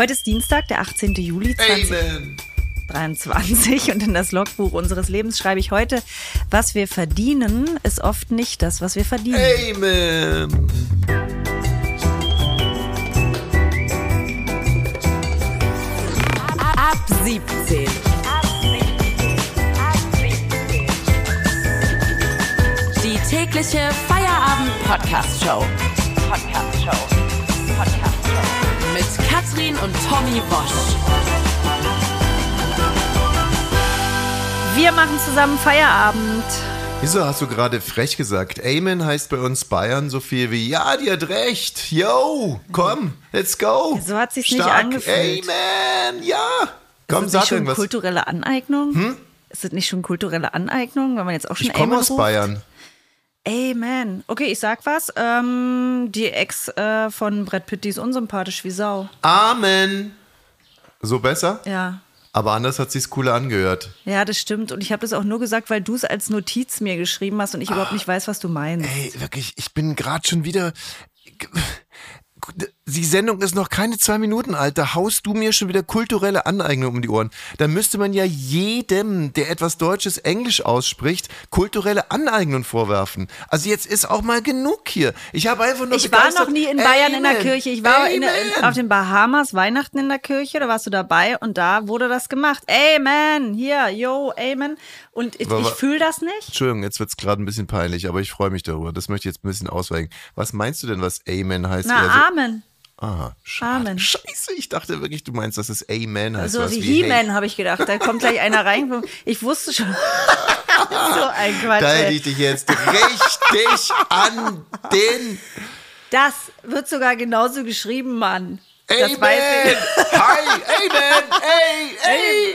Heute ist Dienstag, der 18. Juli 2023 und in das Logbuch unseres Lebens schreibe ich heute, was wir verdienen, ist oft nicht das, was wir verdienen. Amen. Ab 17. Die tägliche Feierabend-Podcast-Show. Mit Katrin und Tommy Bosch. Wir machen zusammen Feierabend. Wieso hast du gerade frech gesagt? Amen heißt bei uns Bayern so viel wie, ja, die hat recht. Yo, komm, let's go. So hat sich's nicht angefühlt. Amen, ja. Komm, ist das nicht sag schon irgendwas. Kulturelle Aneignung? Ist das nicht schon kulturelle Aneignung, wenn man jetzt auch schon Ich komme Amen aus ruft? Bayern. Amen. Okay, ich sag was. Die Ex von Brad Pitt, die ist unsympathisch wie Sau. Amen. So besser? Ja. Aber anders hat sich's cooler angehört. Ja, das stimmt. Und ich habe das auch nur gesagt, weil du es als Notiz mir geschrieben hast und ich überhaupt nicht weiß, was du meinst. Ey, wirklich, ich bin gerade schon wieder... Die Sendung ist noch keine 2 Minuten alt, da haust du mir schon wieder kulturelle Aneignung um die Ohren. Da müsste man ja jedem, der etwas Deutsches Englisch ausspricht, kulturelle Aneignung vorwerfen. Also jetzt ist auch mal genug hier. Ich habe einfach nur Ich war noch nie in Bayern in der Kirche. Ich war auf den Bahamas Weihnachten in der Kirche, da warst du dabei und da wurde das gemacht. Amen, hier, yo, Amen. Und ich fühle das nicht. Entschuldigung, jetzt wird's gerade ein bisschen peinlich, aber ich freue mich darüber. Das möchte ich jetzt ein bisschen ausweichen. Was meinst du denn, was Amen heißt? Na, Amen. Ah, schade. Amen. Scheiße, ich dachte wirklich, du meinst, dass es Amen heißt. So was wie wie He-Man, habe ich gedacht. Da kommt gleich einer rein. Ich wusste schon. So ein Quatsch. Da hätte ich dich jetzt richtig an den... Das wird sogar genauso geschrieben, Mann. Das Amen! weiß ich. Hi! Amen! Ey!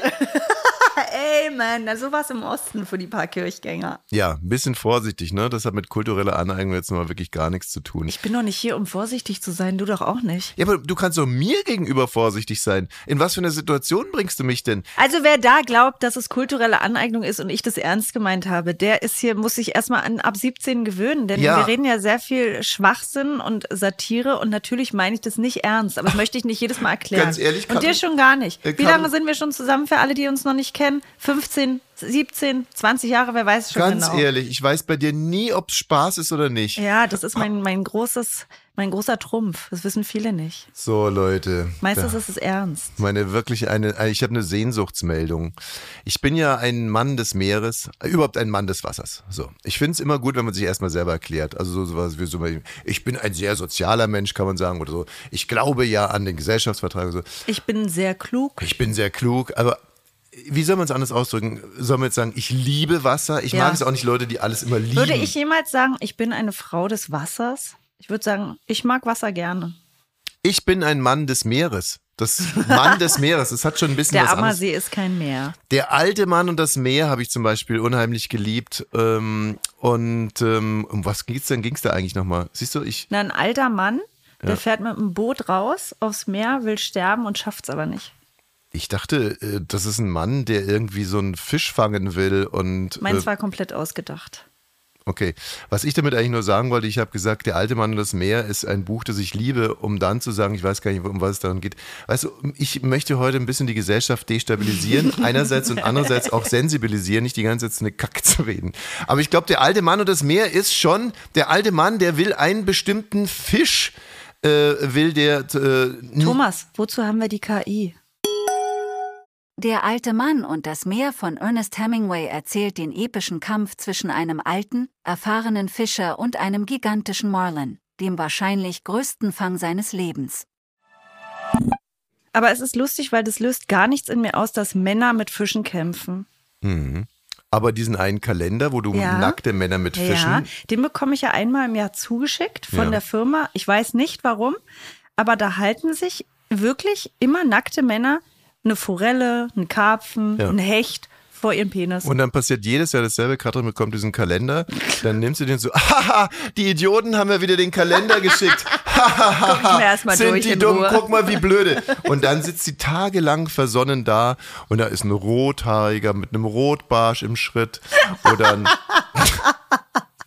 Amen. Na, sowas im Osten für die paar Kirchgänger. Ja, ein bisschen vorsichtig, ne? Das hat mit kultureller Aneignung jetzt nochmal wirklich gar nichts zu tun. Ich bin doch nicht hier, um vorsichtig zu sein. Du doch auch nicht. Ja, aber du kannst doch mir gegenüber vorsichtig sein. In was für eine Situation bringst du mich denn? Also wer da glaubt, dass es kulturelle Aneignung ist und ich das ernst gemeint habe, der ist hier, muss sich erstmal an ab 17 gewöhnen. Denn Ja. wir reden ja sehr viel Schwachsinn und Satire und natürlich meine ich das nicht ernst. Aber das möchte ich nicht jedes Mal erklären. Ganz ehrlich, und dir schon gar nicht. Wie kann- lange sind wir schon zusammen für alle, die uns noch nicht kennen? 15, 17, 20 Jahre, wer weiß schon Ganz genau. ehrlich, ich weiß bei dir nie, ob es Spaß ist oder nicht. Ja, das ist mein großer Trumpf. Das wissen viele nicht. So, Leute. Meistens ist es ernst. Ich habe eine Sehnsuchtsmeldung. Ich bin ja ein Mann des Meeres, überhaupt ein Mann des Wassers. So. Ich finde es immer gut, wenn man sich erstmal selber erklärt. Also sowas wie so, ich bin ein sehr sozialer Mensch, kann man sagen, oder so. Ich glaube ja an den Gesellschaftsvertrag und so. Ich bin sehr klug. Ich bin sehr klug, aber wie soll man es anders ausdrücken? Soll man jetzt sagen, ich liebe Wasser? Ich mag es auch nicht, Leute, die alles immer lieben. Würde ich jemals sagen, ich bin eine Frau des Wassers? Ich würde sagen, ich mag Wasser gerne. Ich bin ein Mann des Meeres. Das Mann des Meeres, das hat schon ein bisschen Der was anderes. Ammersee ist kein Meer. Der alte Mann und das Meer habe ich zum Beispiel unheimlich geliebt. Um was ging's da eigentlich nochmal? Siehst du, Na, ein alter Mann, der fährt mit einem Boot raus aufs Meer, will sterben und schafft's aber nicht. Ich dachte, das ist ein Mann, der irgendwie so einen Fisch fangen will und. Meins war komplett ausgedacht. Okay, was ich damit eigentlich nur sagen wollte, ich habe gesagt, der alte Mann und das Meer ist ein Buch, das ich liebe, um dann zu sagen, ich weiß gar nicht, um was es daran geht. Weißt du, ich möchte heute ein bisschen die Gesellschaft destabilisieren, einerseits und andererseits auch sensibilisieren, nicht die ganze Zeit so eine Kacke zu reden. Aber ich glaube, der alte Mann und das Meer ist schon, der alte Mann, der will einen bestimmten Fisch, Thomas, wozu haben wir die KI? Der alte Mann und das Meer von Ernest Hemingway erzählt den epischen Kampf zwischen einem alten, erfahrenen Fischer und einem gigantischen Marlin, dem wahrscheinlich größten Fang seines Lebens. Aber es ist lustig, weil das löst gar nichts in mir aus, dass Männer mit Fischen kämpfen. Aber diesen einen Kalender, wo du nackte Männer mit Fischen. Ja, den bekomme ich ja einmal im Jahr zugeschickt von der Firma. Ich weiß nicht warum, aber da halten sich wirklich immer nackte Männer eine Forelle, einen Karpfen, ein Hecht vor ihrem Penis. Und dann passiert jedes Jahr dasselbe. Katrin bekommt diesen Kalender, dann nimmst du den so, haha, die Idioten haben mir wieder den Kalender geschickt. Guck ich mir erstmal Sind durch die in dumm, Ruhe. guck mal, wie blöde. Und dann sitzt sie tagelang versonnen da und da ist ein Rothaariger mit einem Rotbarsch im Schritt oder ein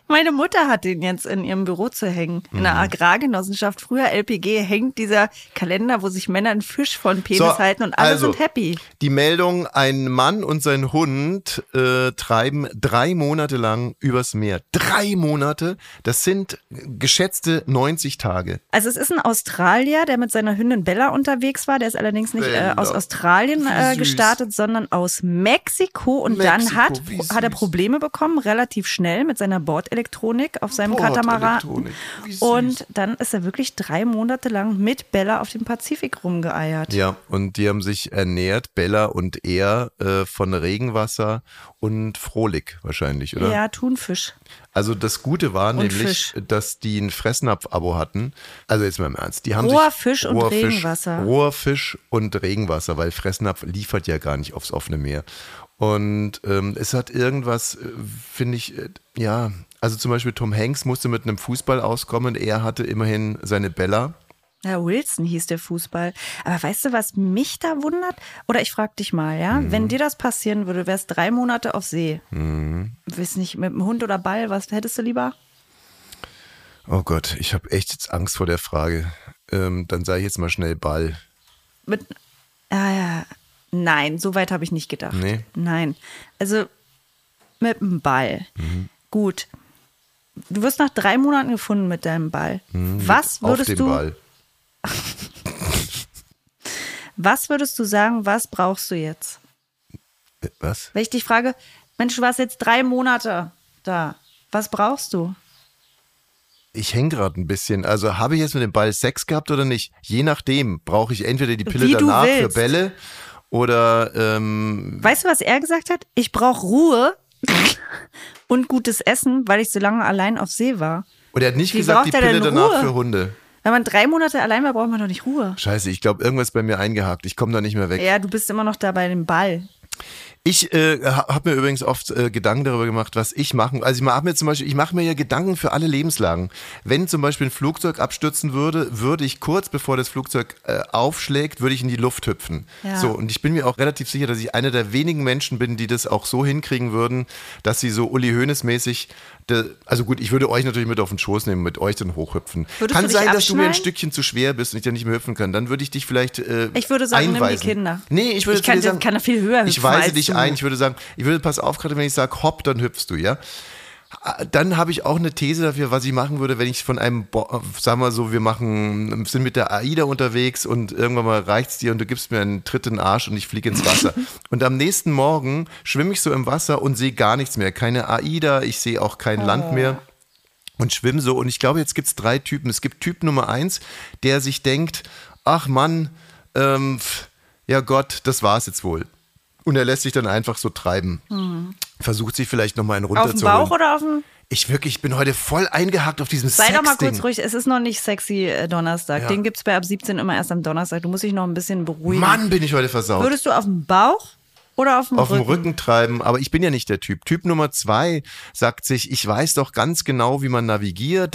Meine Mutter hat den jetzt in ihrem Büro zu hängen. In der Agrargenossenschaft, früher LPG, hängt dieser Kalender, wo sich Männer einen Fisch von Penis halten und alle sind happy. Die Meldung, ein Mann und sein Hund treiben 3 Monate lang übers Meer. 3 Monate, das sind geschätzte 90 Tage. Also es ist ein Australier, der mit seiner Hündin Bella unterwegs war. Der ist allerdings nicht aus Australien gestartet, sondern aus Mexiko. Und dann hat er Probleme bekommen, relativ schnell mit seiner Bordelektronik auf seinem Katamaran. Und dann ist er wirklich 3 Monate lang mit Bella auf dem Pazifik rumgeeiert. Ja, und die haben sich ernährt, Bella und er, von Regenwasser und Frohlig wahrscheinlich, oder? Ja, Thunfisch. Also das Gute war und nämlich, Fisch. dass die ein Fressnapf-Abo hatten. Also jetzt mal im Ernst. Die haben roher Fisch und Regenwasser. Roher Fisch und Regenwasser, weil Fressnapf liefert ja gar nicht aufs offene Meer. Und es hat irgendwas, finde ich, ja, also zum Beispiel Tom Hanks musste mit einem Fußball auskommen. Er hatte immerhin seine Bella. Ja, Wilson hieß der Fußball. Aber weißt du, was mich da wundert? Oder ich frage dich mal, ja, wenn dir das passieren würde, wärst 3 Monate auf See. Weiß nicht, mit einem Hund oder Ball, was hättest du lieber? Oh Gott, ich habe echt jetzt Angst vor der Frage. Dann sage ich jetzt mal schnell Ball. Nein, so weit habe ich nicht gedacht. Nee. Nein, also mit dem Ball. Gut. Du wirst nach 3 Monaten gefunden mit deinem Ball. Was würdest auf dem Ball. Was würdest du sagen, was brauchst du jetzt? Was? Wenn ich dich frage, Mensch, du warst jetzt 3 Monate da. Was brauchst du? Ich hänge gerade ein bisschen. Also habe ich jetzt mit dem Ball Sex gehabt oder nicht? Je nachdem brauche ich entweder die Pille danach für Bälle oder Weißt du, was er gesagt hat? Ich brauche Ruhe und gutes Essen, weil ich so lange allein auf See war. Und er hat nicht gesagt, die Pille danach für Hunde. Wenn man 3 Monate allein war, braucht man doch nicht Ruhe. Scheiße, ich glaube, irgendwas ist bei mir eingehakt. Ich komme da nicht mehr weg. Ja, du bist immer noch da bei dem Ball. Ich habe mir übrigens oft Gedanken darüber gemacht, was ich mache. Also ich mache mir ja Gedanken für alle Lebenslagen. Wenn zum Beispiel ein Flugzeug abstürzen würde ich kurz bevor das Flugzeug aufschlägt, würde ich in die Luft hüpfen. Ja. So, und ich bin mir auch relativ sicher, dass ich einer der wenigen Menschen bin, die das auch so hinkriegen würden, dass sie so Uli Hoeneß-mäßig, also gut, ich würde euch natürlich mit auf den Schoß nehmen, mit euch dann hochhüpfen. Kann sein, dass du mir ein Stückchen zu schwer bist und ich dann nicht mehr hüpfen kann. Dann würde ich dich vielleicht ich würde sagen, einweisen. nimm die Kinder. Nee, ich würde sagen, kann viel höher hüpfen. Ich weise dich ein. Ich würde sagen, pass auf, gerade wenn ich sage hopp, dann hüpfst du, ja. Dann habe ich auch eine These dafür, was ich machen würde, wenn ich von einem, sagen wir so, sind mit der AIDA unterwegs und irgendwann mal reicht's dir und du gibst mir einen Tritt in den Arsch und ich fliege ins Wasser. Und am nächsten Morgen schwimme ich so im Wasser und sehe gar nichts mehr. Keine AIDA, ich sehe auch kein Land mehr. Und schwimme so. Und ich glaube, jetzt gibt es 3 Typen. Es gibt Typ Nummer 1, der sich denkt, ach Mann, ja Gott, das war's jetzt wohl. Und er lässt sich dann einfach so treiben. Versucht sich vielleicht nochmal einen runterzuholen. Auf dem Bauch oder auf dem... Ich bin heute voll eingehakt auf diesem Sex-Ding. Sei doch mal kurz ruhig, es ist noch nicht sexy Donnerstag. Ja. Den gibt es bei ab 17 immer erst am Donnerstag. Du musst dich noch ein bisschen beruhigen. Mann, bin ich heute versaut. Würdest du auf dem Bauch oder auf dem Rücken? Auf dem Rücken treiben, aber ich bin ja nicht der Typ. Typ Nummer 2 sagt sich, ich weiß doch ganz genau, wie man navigiert,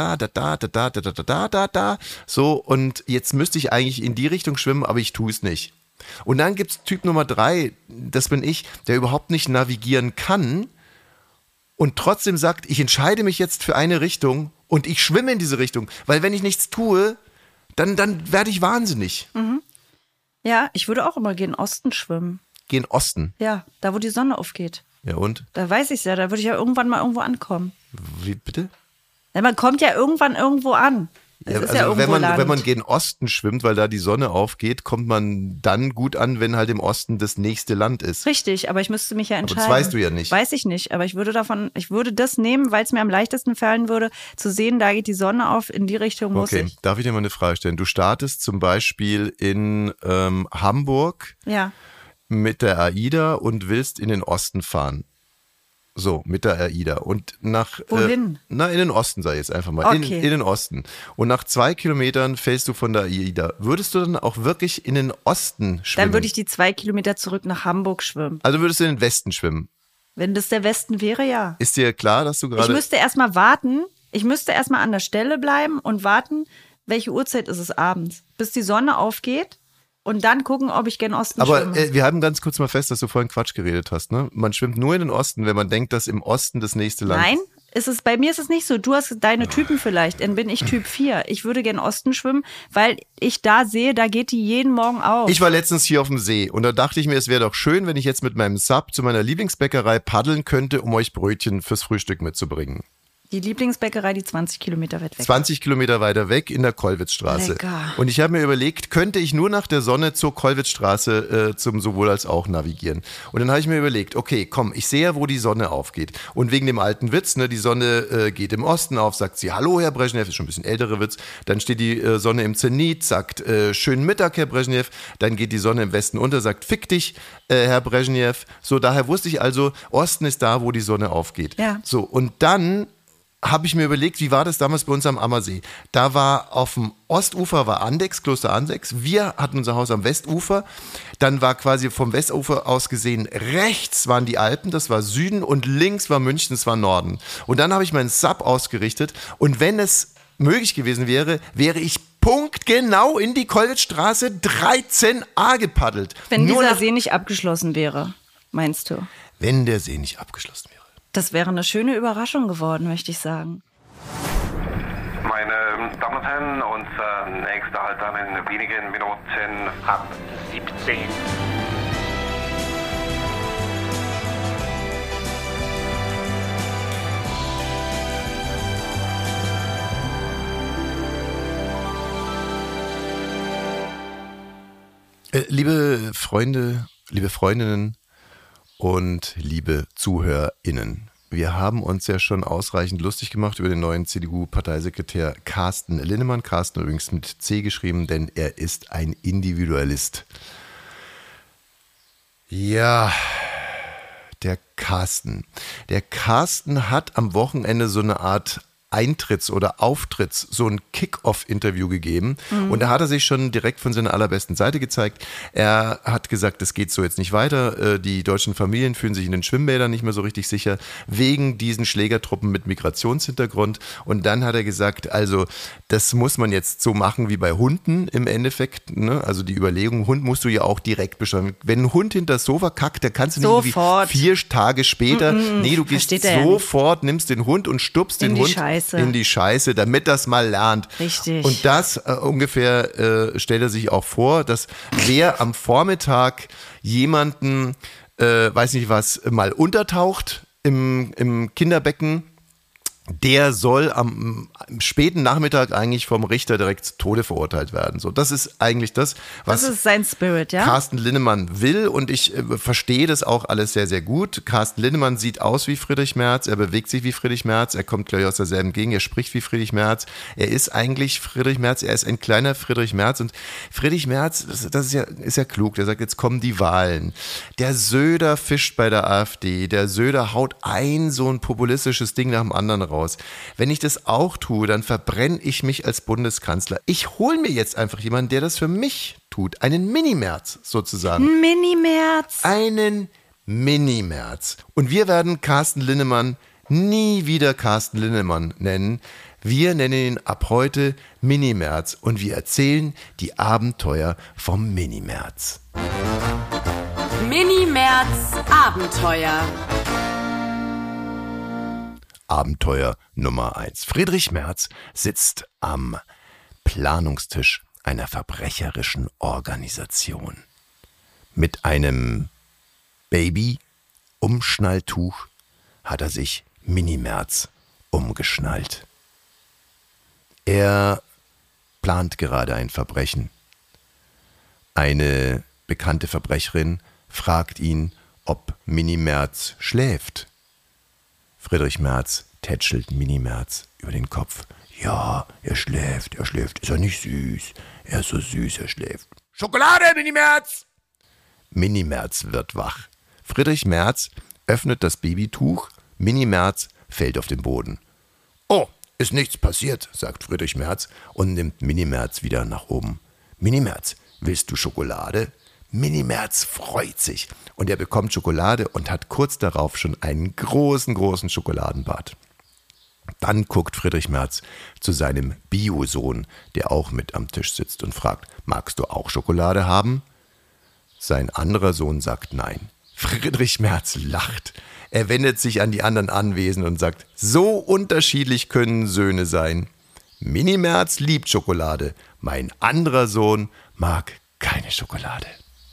so, und jetzt müsste ich eigentlich in die Richtung schwimmen, aber ich tue es nicht. Und dann gibt es Typ Nummer 3, das bin ich, der überhaupt nicht navigieren kann und trotzdem sagt, ich entscheide mich jetzt für eine Richtung und ich schwimme in diese Richtung, weil wenn ich nichts tue, dann werde ich wahnsinnig. Ja, ich würde auch immer gen Osten schwimmen. Gen Osten? Ja, da wo die Sonne aufgeht. Ja und? Da weiß ich es ja, da würde ich ja irgendwann mal irgendwo ankommen. Wie bitte? Ja, man kommt ja irgendwann irgendwo an. Ja, also wenn man gen Osten schwimmt, weil da die Sonne aufgeht, kommt man dann gut an, wenn halt im Osten das nächste Land ist. Richtig, aber ich müsste mich ja entscheiden. Aber das weißt du ja nicht. Weiß ich nicht, aber ich würde das nehmen, weil es mir am leichtesten fallen würde, zu sehen, da geht die Sonne auf, in die Richtung muss ich. Okay, darf ich dir mal eine Frage stellen? Du startest zum Beispiel in Hamburg mit der AIDA und willst in den Osten fahren. So, mit der AIDA. Und wohin? In den Osten, sag ich jetzt einfach mal. Okay. In den Osten. Und nach 2 Kilometern fällst du von der AIDA. Würdest du dann auch wirklich in den Osten schwimmen? Dann würde ich die 2 Kilometer zurück nach Hamburg schwimmen. Also würdest du in den Westen schwimmen? Wenn das der Westen wäre, ja. Ist dir klar, dass du gerade... Ich müsste erstmal warten. Ich müsste erstmal an der Stelle bleiben und warten, welche Uhrzeit ist es abends. Bis die Sonne aufgeht. Und dann gucken, ob ich gen Osten schwimme. Aber wir haben ganz kurz mal fest, dass du vorhin Quatsch geredet hast. Ne? Man schwimmt nur in den Osten, wenn man denkt, dass im Osten das nächste Land ist. Nein, bei mir ist es nicht so. Du hast deine Typen vielleicht, dann bin ich Typ 4. Ich würde gern Osten schwimmen, weil ich da sehe, da geht die jeden Morgen auf. Ich war letztens hier auf dem See und da dachte ich mir, es wäre doch schön, wenn ich jetzt mit meinem Sub zu meiner Lieblingsbäckerei paddeln könnte, um euch Brötchen fürs Frühstück mitzubringen. Die Lieblingsbäckerei, die 20 Kilometer weit weg. 20 Kilometer weiter weg in der Kollwitzstraße. Lecker. Und ich habe mir überlegt, könnte ich nur nach der Sonne zur Kollwitzstraße zum sowohl als auch navigieren. Und dann habe ich mir überlegt, okay, komm, ich sehe ja, wo die Sonne aufgeht. Und wegen dem alten Witz, ne, die Sonne geht im Osten auf, sagt sie, hallo Herr Brezhnev, ist schon ein bisschen älterer Witz. Dann steht die Sonne im Zenit, sagt, schönen Mittag, Herr Brezhnev. Dann geht die Sonne im Westen unter, sagt, fick dich, Herr Brezhnev. So, daher wusste ich also, Osten ist da, wo die Sonne aufgeht. Ja. So, und dann habe ich mir überlegt, wie war das damals bei uns am Ammersee? Da war auf dem Ostufer war Andex, Kloster Andex. Wir hatten unser Haus am Westufer. Dann war quasi vom Westufer aus gesehen, rechts waren die Alpen, das war Süden, und links war München, das war Norden. Und dann habe ich meinen Sub ausgerichtet, und wenn es möglich gewesen wäre, wäre ich punktgenau in die Kollwitzstraße 13a gepaddelt. Wenn dieser See nicht abgeschlossen wäre, meinst du? Wenn der See nicht abgeschlossen wäre. Das wäre eine schöne Überraschung geworden, möchte ich sagen. Meine Damen und Herren, unser nächster Halt dann in wenigen Minuten ab 17. Liebe Freunde, liebe Freundinnen und liebe ZuhörerInnen, wir haben uns ja schon ausreichend lustig gemacht über den neuen CDU-Parteisekretär Carsten Linnemann. Carsten übrigens mit C geschrieben, denn er ist ein Individualist. Ja, der Carsten. Der Carsten hat am Wochenende so eine Art oder Auftritts, so ein Kick-Off-Interview gegeben. Und da hat er sich schon direkt von seiner allerbesten Seite gezeigt. Er hat gesagt, es geht so jetzt nicht weiter. Die deutschen Familien fühlen sich in den Schwimmbädern nicht mehr so richtig sicher, wegen diesen Schlägertruppen mit Migrationshintergrund. Und dann hat er gesagt, also das muss man jetzt so machen wie bei Hunden im Endeffekt. Ne? Also die Überlegung, Hund musst du ja auch direkt besteuern. Wenn ein Hund hinter das Sofa kackt, dann kannst du nicht irgendwie 4 Tage später, nee, du gehst sofort, nimmst den Hund und stupst den Hund in die Scheiße, damit das mal lernt. Richtig. Und das ungefähr stellt er sich auch vor, dass wer am Vormittag jemanden, weiß nicht was, mal untertaucht im Kinderbecken, der soll am späten Nachmittag eigentlich vom Richter direkt zu Tode verurteilt werden. So, das ist eigentlich das, was das ist sein Spirit, ja? Carsten Linnemann will, und ich verstehe das auch alles sehr, sehr gut. Carsten Linnemann sieht aus wie Friedrich Merz, er bewegt sich wie Friedrich Merz, er kommt gleich aus derselben Gegend, er spricht wie Friedrich Merz, er ist eigentlich Friedrich Merz, er ist ein kleiner Friedrich Merz, und Friedrich Merz, das ist ja klug, der sagt, jetzt kommen die Wahlen. Der Söder fischt bei der AfD, der Söder haut ein so ein populistisches Ding nach dem anderen raus. Wenn ich das auch tue, dann verbrenne ich mich als Bundeskanzler. Ich hole mir jetzt einfach jemanden, der das für mich tut. Einen Mini-Merz sozusagen. Mini-Merz. Einen Mini-Merz. Und wir werden Carsten Linnemann nie wieder Carsten Linnemann nennen. Wir nennen ihn ab heute Mini-Merz. Und wir erzählen die Abenteuer vom Mini-Merz. Mini-Merz Abenteuer. Abenteuer Nummer 1. Friedrich Merz sitzt am Planungstisch einer verbrecherischen Organisation. Mit einem Baby-Umschnalltuch hat er sich Mini-Merz umgeschnallt. Er plant gerade ein Verbrechen. Eine bekannte Verbrecherin fragt ihn, ob Mini-Merz schläft. Friedrich Merz tätschelt Mini-Merz über den Kopf. Ja, er schläft. Ist er nicht süß? Er ist so süß, er schläft. Schokolade, Mini-Merz! Mini-Merz wird wach. Friedrich Merz öffnet das Babytuch. Mini-Merz fällt auf den Boden. Oh, ist nichts passiert, sagt Friedrich Merz und nimmt Mini-Merz wieder nach oben. Mini-Merz, willst du Schokolade? Mini-Merz freut sich und er bekommt Schokolade und hat kurz darauf schon einen großen Schokoladenbart. Dann guckt Friedrich Merz zu seinem Bio-Sohn, der auch mit am Tisch sitzt, und fragt, magst du auch Schokolade haben? Sein anderer Sohn sagt nein. Friedrich Merz lacht. Er wendet sich an die anderen Anwesenden und sagt, so unterschiedlich können Söhne sein. Mini-Merz liebt Schokolade, mein anderer Sohn mag keine Schokolade.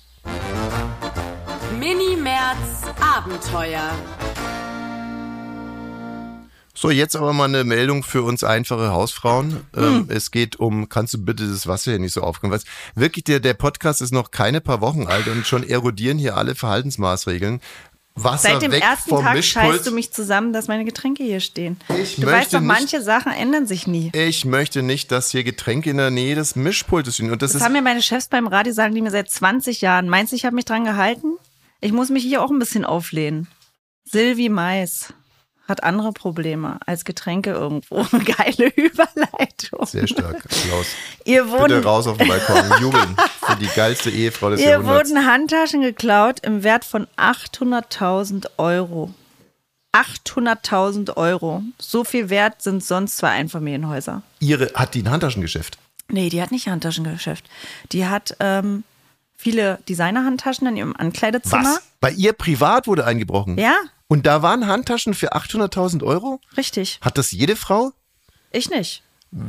Mini-Merz Abenteuer. So, jetzt aber mal eine Meldung für uns einfache Hausfrauen. Es geht um, kannst du bitte das Wasser hier nicht so aufkommen? Was, wirklich, der Podcast ist noch keine paar Wochen alt und schon erodieren hier alle Verhaltensmaßregeln. Wasser Seit dem weg ersten vom Tag Mischpult. scheißt du mich zusammen, dass meine Getränke hier stehen. Du möchte weißt doch, nicht- manche Sachen ändern sich nie. Ich möchte nicht, dass hier Getränke in der Nähe des Mischpultes stehen. Und das Das ist haben mir meine Chefs beim Radio sagen, die mir seit 20 Jahren. Meinst du, ich habe mich dran gehalten? Ich muss mich hier auch ein bisschen auflehnen. Sylvie Mais hat andere Probleme als Getränke irgendwo. Geile Überleitung. sehr stark. Applaus. Ihr Bitte wurden, raus auf den Balkon. Jubeln für die geilste Ehefrau des ihr Jahrhunderts. wurden Handtaschen geklaut im Wert von 800.000 Euro. 800.000 Euro. So viel wert sind sonst zwei Einfamilienhäuser. Hat die ein Handtaschengeschäft? Nee, die hat nicht Handtaschengeschäft. Die hat viele Designer-Handtaschen in ihrem Ankleidezimmer. Was? Bei ihr privat wurde eingebrochen? Ja, Und da waren Handtaschen für 800.000 Euro? richtig. Hat das jede Frau? Ich nicht.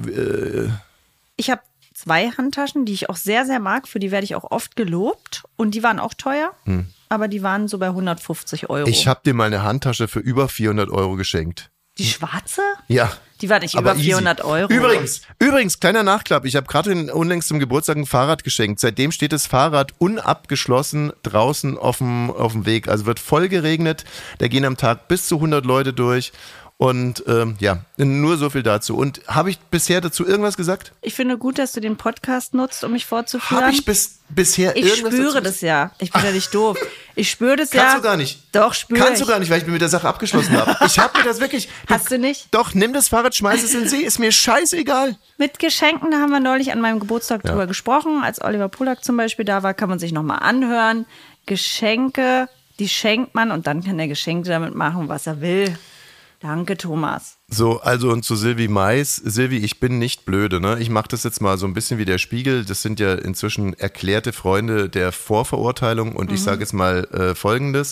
Ich habe 2 Handtaschen, die ich auch sehr, sehr mag. Für die werde ich auch oft gelobt. Und die waren auch teuer. Aber die waren so bei 150 Euro. Ich habe dir mal eine Handtasche für über 400 Euro geschenkt. Die schwarze? Ja. Die war nicht Aber über 400 easy. Euro. Übrigens, kleiner Nachklapp. Ich habe gerade unlängst zum Geburtstag ein Fahrrad geschenkt. Seitdem steht das Fahrrad unabgeschlossen draußen auf dem Weg. Also wird voll geregnet. Da gehen am Tag bis zu 100 Leute durch. Und ja, nur so viel dazu. Und habe ich bisher dazu irgendwas gesagt? Ich finde gut, dass du den Podcast nutzt, um mich vorzuführen. Habe ich bisher Ich irgendwas spüre dazu das ja. Ich bin ja nicht doof. Ich spüre das ja. Kannst du gar nicht. Doch, spüre Kannst du ich. gar nicht, weil ich mir mit der Sache abgeschlossen habe. Ich habe mir das wirklich... Hast du nicht? Doch, nimm das Fahrrad, schmeiß es in den See. Ist mir scheißegal. Mit Geschenken, da haben wir neulich an meinem Geburtstag drüber gesprochen. Als Oliver Polak zum Beispiel da war, kann man sich nochmal anhören. Geschenke, die schenkt man und dann kann der Geschenkte damit machen, was er will. Danke, Thomas. So, also und zu Sylvie Mais. Sylvie, ich bin nicht blöde, ne? Ich mache das jetzt mal so ein bisschen wie der Spiegel. Das sind ja inzwischen erklärte Freunde der Vorverurteilung und ich sage jetzt mal Folgendes.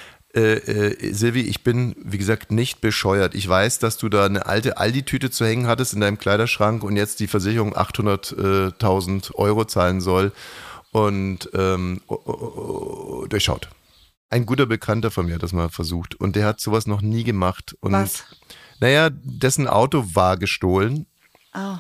Sylvie, ich bin, wie gesagt, nicht bescheuert. Ich weiß, dass du da eine alte Aldi-Tüte zu hängen hattest in deinem Kleiderschrank und jetzt die Versicherung 800.000 Euro zahlen soll und durchschaut. Ein guter Bekannter von mir hat das mal versucht und der hat sowas noch nie gemacht. Und Was? Naja, dessen Auto war gestohlen. Oh.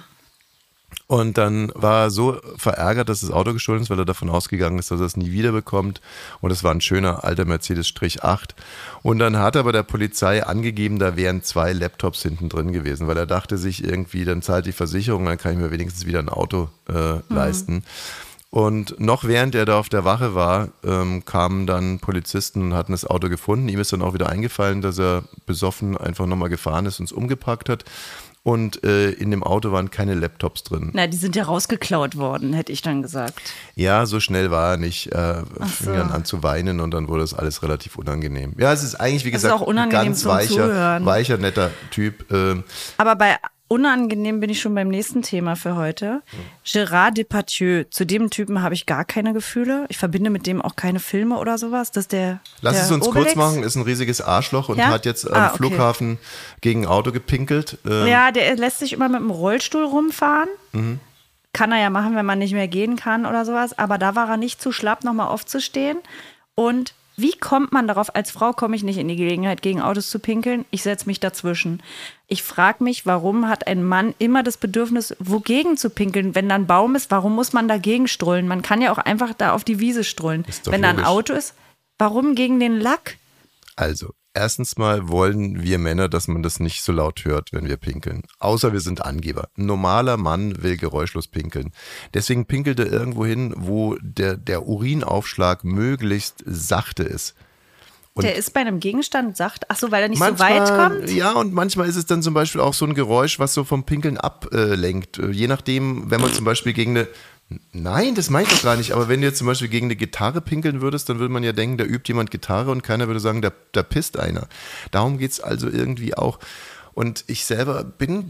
Und dann war er so verärgert, dass das Auto gestohlen ist, weil er davon ausgegangen ist, dass er es nie wieder bekommt. Und es war ein schöner alter Mercedes-8. Und dann hat er bei der Polizei angegeben, da wären 2 Laptops hinten drin gewesen, weil er dachte sich irgendwie, dann zahlt die Versicherung, dann kann ich mir wenigstens wieder ein Auto leisten. Und noch während er da auf der Wache war, kamen dann Polizisten und hatten das Auto gefunden. Ihm ist dann auch wieder eingefallen, dass er besoffen einfach nochmal gefahren ist und es umgepackt hat. Und in dem Auto waren keine Laptops drin. Na, die sind ja rausgeklaut worden, hätte ich dann gesagt. Ja, so schnell war er nicht. Fing dann an zu weinen und dann wurde das alles relativ unangenehm. Ja, es ist eigentlich, wie Das ist gesagt, auch unangenehm ein ganz zum Zuhören. weicher, netter Typ. Aber bei unangenehm bin ich schon beim nächsten Thema für heute. Gérard Depardieu. Zu dem Typen habe ich gar keine Gefühle. Ich verbinde mit dem auch keine Filme oder sowas. Das ist Lass der es uns Obelix. kurz machen, ist ein riesiges Arschloch und Ja? hat jetzt am Okay. Flughafen gegen ein Auto gepinkelt. Ja, der lässt sich immer mit dem Rollstuhl rumfahren. Kann er ja machen, wenn man nicht mehr gehen kann oder sowas. Aber da war er nicht zu schlapp, nochmal aufzustehen. Und wie kommt man darauf? Als Frau komme ich nicht in die Gelegenheit, gegen Autos zu pinkeln. Ich setze mich dazwischen. Ich frage mich, warum hat ein Mann immer das Bedürfnis, wogegen zu pinkeln? Wenn da ein Baum ist, warum muss man dagegen strollen? Man kann ja auch einfach da auf die Wiese strollen. Ist doch Wenn da ein logisch. Auto ist, warum gegen den Lack? Also, erstens mal wollen wir Männer, dass man das nicht so laut hört, wenn wir pinkeln. Außer wir sind Angeber. Ein normaler Mann will geräuschlos pinkeln. Deswegen pinkelt er irgendwo hin, wo der Urinaufschlag möglichst sachte ist. Und Der ist bei einem Gegenstand sacht. Ach so, weil er nicht so weit kommt? Ja, und manchmal ist es dann zum Beispiel auch so ein Geräusch, was so vom Pinkeln ablenkt. Je nachdem, wenn man zum Beispiel gegen eine... Nein, das meine ich doch gar nicht. Aber wenn du jetzt zum Beispiel gegen eine Gitarre pinkeln würdest, dann würde man ja denken, da übt jemand Gitarre und keiner würde sagen, da pisst einer. Darum geht es also irgendwie auch. Und ich selber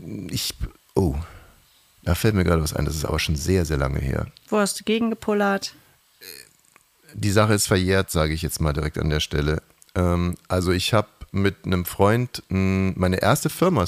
oh, da fällt mir gerade was ein. Das ist aber schon sehr, sehr lange her. Wo hast du gegengepullert? Die Sache ist verjährt, sage ich jetzt mal direkt an der Stelle. Also ich habe mit einem Freund meine erste Firma,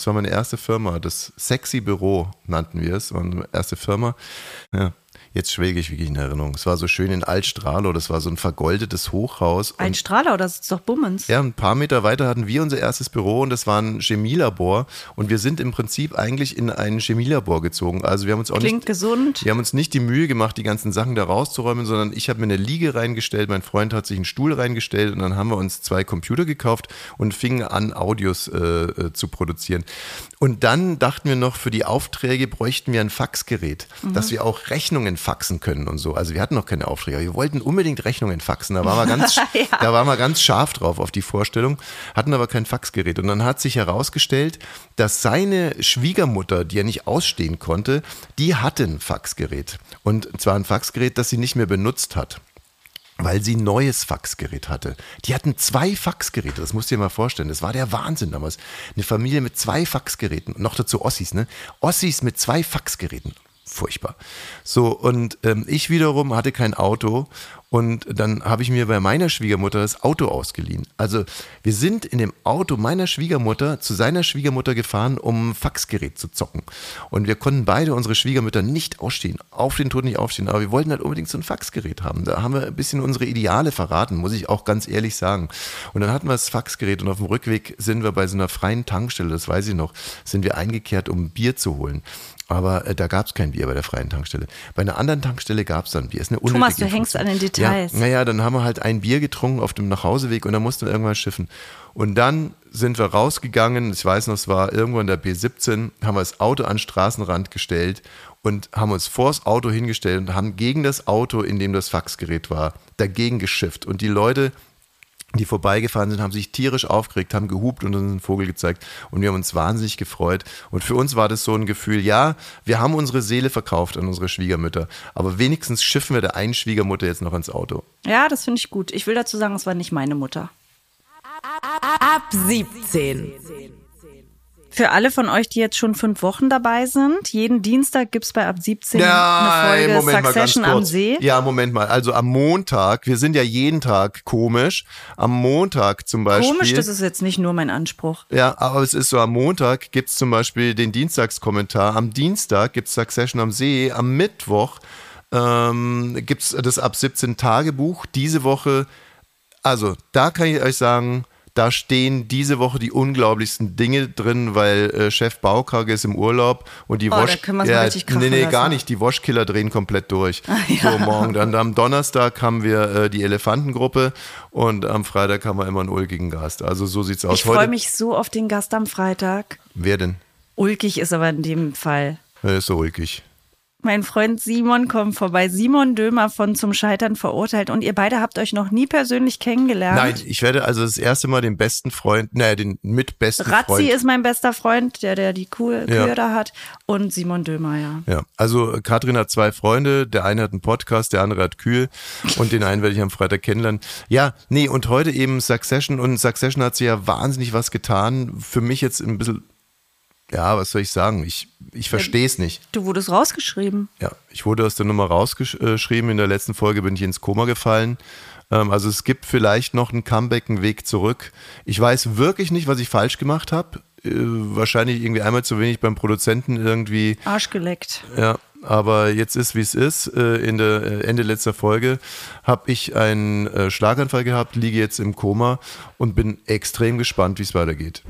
das Sexy Büro nannten wir es, unsere erste Firma. Ja. Jetzt schwelge ich wirklich in Erinnerung. Es war so schön in Altstrahlau, das war so ein vergoldetes Hochhaus. Altstrahlau, das ist doch Bummens. Ja, ein paar Meter weiter hatten wir unser erstes Büro und das war ein Chemielabor und wir sind im Prinzip eigentlich in ein Chemielabor gezogen. Also wir haben uns auch gesund. Wir haben uns nicht die Mühe gemacht, die ganzen Sachen da rauszuräumen, sondern ich habe mir eine Liege reingestellt, mein Freund hat sich einen Stuhl reingestellt und dann haben wir uns 2 Computer gekauft und fingen an, Audios zu produzieren. Und dann dachten wir noch, für die Aufträge bräuchten wir ein Faxgerät, dass wir auch Rechnungen faxen können und so. Also wir hatten noch keine Aufträge. Wir wollten unbedingt Rechnungen faxen. Da waren wir ganz scharf drauf auf die Vorstellung, hatten aber kein Faxgerät. Und dann hat sich herausgestellt, dass seine Schwiegermutter, die er nicht ausstehen konnte, die hatte ein Faxgerät. Und zwar ein Faxgerät, das sie nicht mehr benutzt hat, weil sie ein neues Faxgerät hatte. Die hatten 2 Faxgeräte, das musst du dir mal vorstellen. Das war der Wahnsinn damals. Eine Familie mit 2 Faxgeräten. Noch dazu Ossis, ne? Ossis mit 2 Faxgeräten. Furchtbar. So, und ich wiederum hatte kein Auto und dann habe ich mir bei meiner Schwiegermutter das Auto ausgeliehen. Also wir sind in dem Auto meiner Schwiegermutter zu seiner Schwiegermutter gefahren, um ein Faxgerät zu zocken. Und wir konnten beide unsere Schwiegermütter nicht ausstehen, auf den Tod nicht aufstehen, aber wir wollten halt unbedingt so ein Faxgerät haben. Da haben wir ein bisschen unsere Ideale verraten, muss ich auch ganz ehrlich sagen. Und dann hatten wir das Faxgerät und auf dem Rückweg sind wir bei so einer freien Tankstelle, das weiß ich noch, sind wir eingekehrt, um Bier zu holen. Aber da gab es kein Bier bei der freien Tankstelle. Bei einer anderen Tankstelle gab es dann Bier. Ist eine Thomas, du hängst an den Details. Ja, naja, dann haben wir halt ein Bier getrunken auf dem Nachhauseweg und dann mussten wir irgendwann schiffen. Und dann sind wir rausgegangen, ich weiß noch, es war irgendwann der B17, haben wir das Auto an den Straßenrand gestellt und haben uns vors Auto hingestellt und haben gegen das Auto, in dem das Faxgerät war, dagegen geschifft. Und die Leute, die vorbeigefahren sind, haben sich tierisch aufgeregt, haben gehupt und uns einen Vogel gezeigt und wir haben uns wahnsinnig gefreut. Und für uns war das so ein Gefühl, ja, wir haben unsere Seele verkauft an unsere Schwiegermütter, aber wenigstens schiffen wir der einen Schwiegermutter jetzt noch ins Auto. Ja, das finde ich gut. Ich will dazu sagen, es war nicht meine Mutter. Ab 17. Für alle von euch, die jetzt schon 5 Wochen dabei sind, jeden Dienstag gibt es bei Ab 17 eine Folge Succession am See. Ja, Moment mal. Also am Montag, wir sind ja jeden Tag komisch. Am Montag zum Beispiel. Komisch, das ist jetzt nicht nur mein Anspruch. Ja, aber es ist so, am Montag gibt es zum Beispiel den Dienstagskommentar. Am Dienstag gibt es Succession am See. Am Mittwoch gibt es das Ab 17 Tagebuch. Diese Woche, also da kann ich euch sagen, da stehen diese Woche die unglaublichsten Dinge drin, weil Chef Baukage ist im Urlaub und die da können wir es mal richtig krachen lassen. Gar nicht. Die Waschkiller drehen komplett durch. So, morgen. Dann am Donnerstag haben wir die Elefantengruppe und am Freitag haben wir immer einen ulkigen Gast. Also so sieht's aus. Ich freue mich so auf den Gast am Freitag. Wer denn? Ulkig ist aber in dem Fall. Er ist so ulkig. Mein Freund Simon kommt vorbei. Simon Dömer von Zum Scheitern verurteilt. Und ihr beide habt euch noch nie persönlich kennengelernt? Nein, ich werde also das erste Mal den besten Freund, den mitbesten Freund. Razzi ist mein bester Freund, der die Kühe da hat. Und Simon Dömer, ja. Ja, also Katrin hat 2 Freunde. Der eine hat einen Podcast, der andere hat Kühe. Und den einen werde ich am Freitag kennenlernen. Ja, nee, und heute eben Succession. Und Succession hat sich ja wahnsinnig was getan. Für mich jetzt ein bisschen... Ja, was soll ich sagen? Ich verstehe es nicht. Du wurdest rausgeschrieben. Ja, ich wurde aus der Nummer rausgeschrieben. In der letzten Folge bin ich ins Koma gefallen. Also es gibt vielleicht noch einen Comeback, einen Weg zurück. Ich weiß wirklich nicht, was ich falsch gemacht habe. Wahrscheinlich irgendwie einmal zu wenig beim Produzenten irgendwie. Arsch geleckt. Ja, aber jetzt ist, wie es ist. In der Ende letzter Folge habe ich einen Schlaganfall gehabt, liege jetzt im Koma und bin extrem gespannt, wie es weitergeht.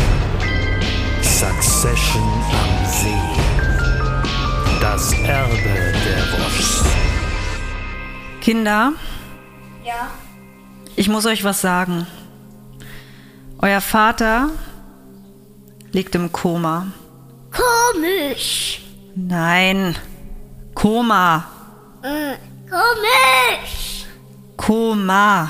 Succession am See. Das Erbe der Woschs. Kinder? Ja? Ich muss euch was sagen. Euer Vater liegt im Koma. Komisch. Nein. Koma. Komisch. Koma.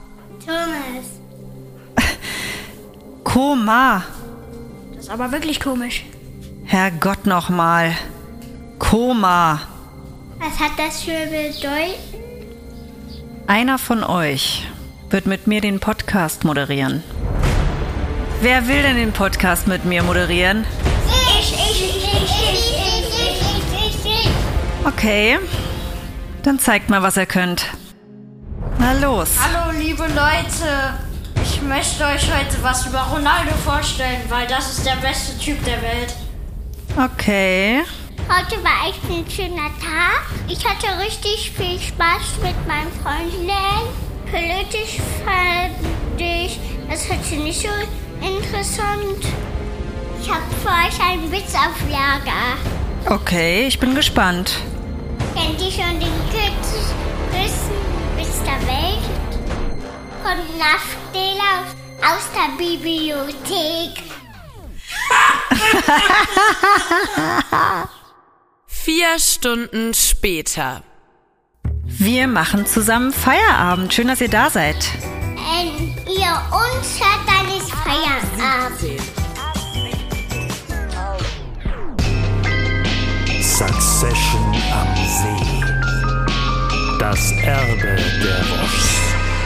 Thomas. Koma. Das ist aber wirklich komisch. Herrgott nochmal. Koma. Was hat das für bedeuten? Einer von euch wird mit mir den Podcast moderieren. Wer will denn den Podcast mit mir moderieren? Ich. Okay, dann zeigt mal, was ihr könnt. Na los. Hallo, liebe Leute. Ich möchte euch heute was über Ronaldo vorstellen, weil das ist der beste Typ der Welt. Okay. Heute war echt ein schöner Tag. Ich hatte richtig viel Spaß mit meinen Freundinnen. Politisch fand ich das heute nicht so interessant. Ich habe für euch einen Witz auf Lager. Okay, ich bin gespannt. Kennt ihr schon den größten Witz der Welt? Von Naftela aus der Bibliothek. 4 Stunden später. Wir machen zusammen Feierabend. Schön, dass ihr da seid. Wenn ihr uns hört, dann ist Feierabend. Succession am See. Das Erbe der Voss.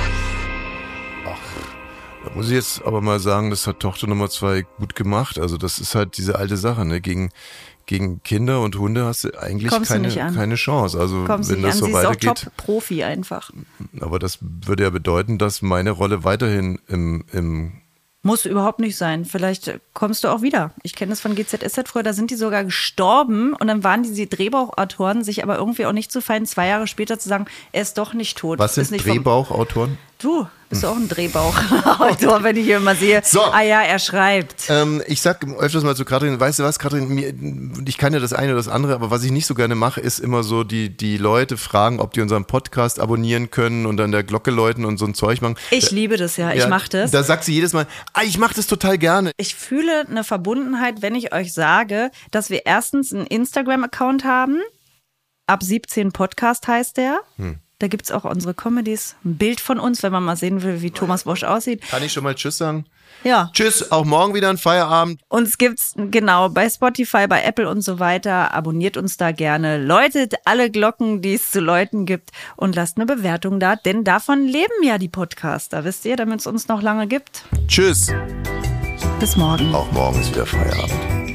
Da muss ich jetzt aber mal sagen, das hat Tochter Nummer 2 gut gemacht. Also das ist halt diese alte Sache, ne? Gegen Kinder und Hunde hast du eigentlich keine Chance. Also wenn das so weitergeht. Sie ist auch Top-Profi einfach. Aber das würde ja bedeuten, dass meine Rolle weiterhin im muss überhaupt nicht sein. Vielleicht kommst du auch wieder. Ich kenne das von GZSZ früher, da sind die sogar gestorben und dann waren diese Drehbuchautoren sich aber irgendwie auch nicht zu fein, 2 Jahre später zu sagen, er ist doch nicht tot. Was sind Drehbuchautoren? Du bist auch ein Drehbuchautor, wenn ich hier immer sehe. So. Ah ja, er schreibt. Ich sag öfters mal zu Katrin, weißt du was, Katrin, ich kann ja das eine oder das andere, aber was ich nicht so gerne mache, ist immer so die Leute fragen, ob die unseren Podcast abonnieren können und dann der Glocke läuten und so ein Zeug machen. Ich liebe das ja, ich mache das. Da sagt sie jedes Mal, ich mache das total gerne. Ich fühle eine Verbundenheit, wenn ich euch sage, dass wir erstens einen Instagram-Account haben. Ab 17 Podcast heißt der. Da gibt es auch unsere Comedies. Ein Bild von uns, wenn man mal sehen will, wie Thomas Wosch aussieht. Kann ich schon mal Tschüss sagen? Ja. Tschüss, auch morgen wieder ein Feierabend. Uns gibt's genau bei Spotify, bei Apple und so weiter. Abonniert uns da gerne. Läutet alle Glocken, die es zu läuten gibt. Und lasst eine Bewertung da, denn davon leben ja die Podcaster, wisst ihr, damit es uns noch lange gibt. Tschüss. Bis morgen. Auch morgen ist wieder Feierabend.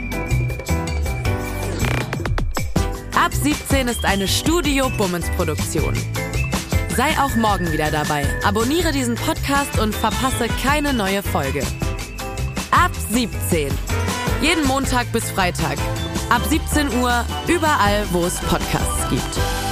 Ab 17 ist eine Studio Bummens Produktion. Sei auch morgen wieder dabei. Abonniere diesen Podcast und verpasse keine neue Folge. Ab 17. Jeden Montag bis Freitag. Ab 17 Uhr überall, wo es Podcasts gibt.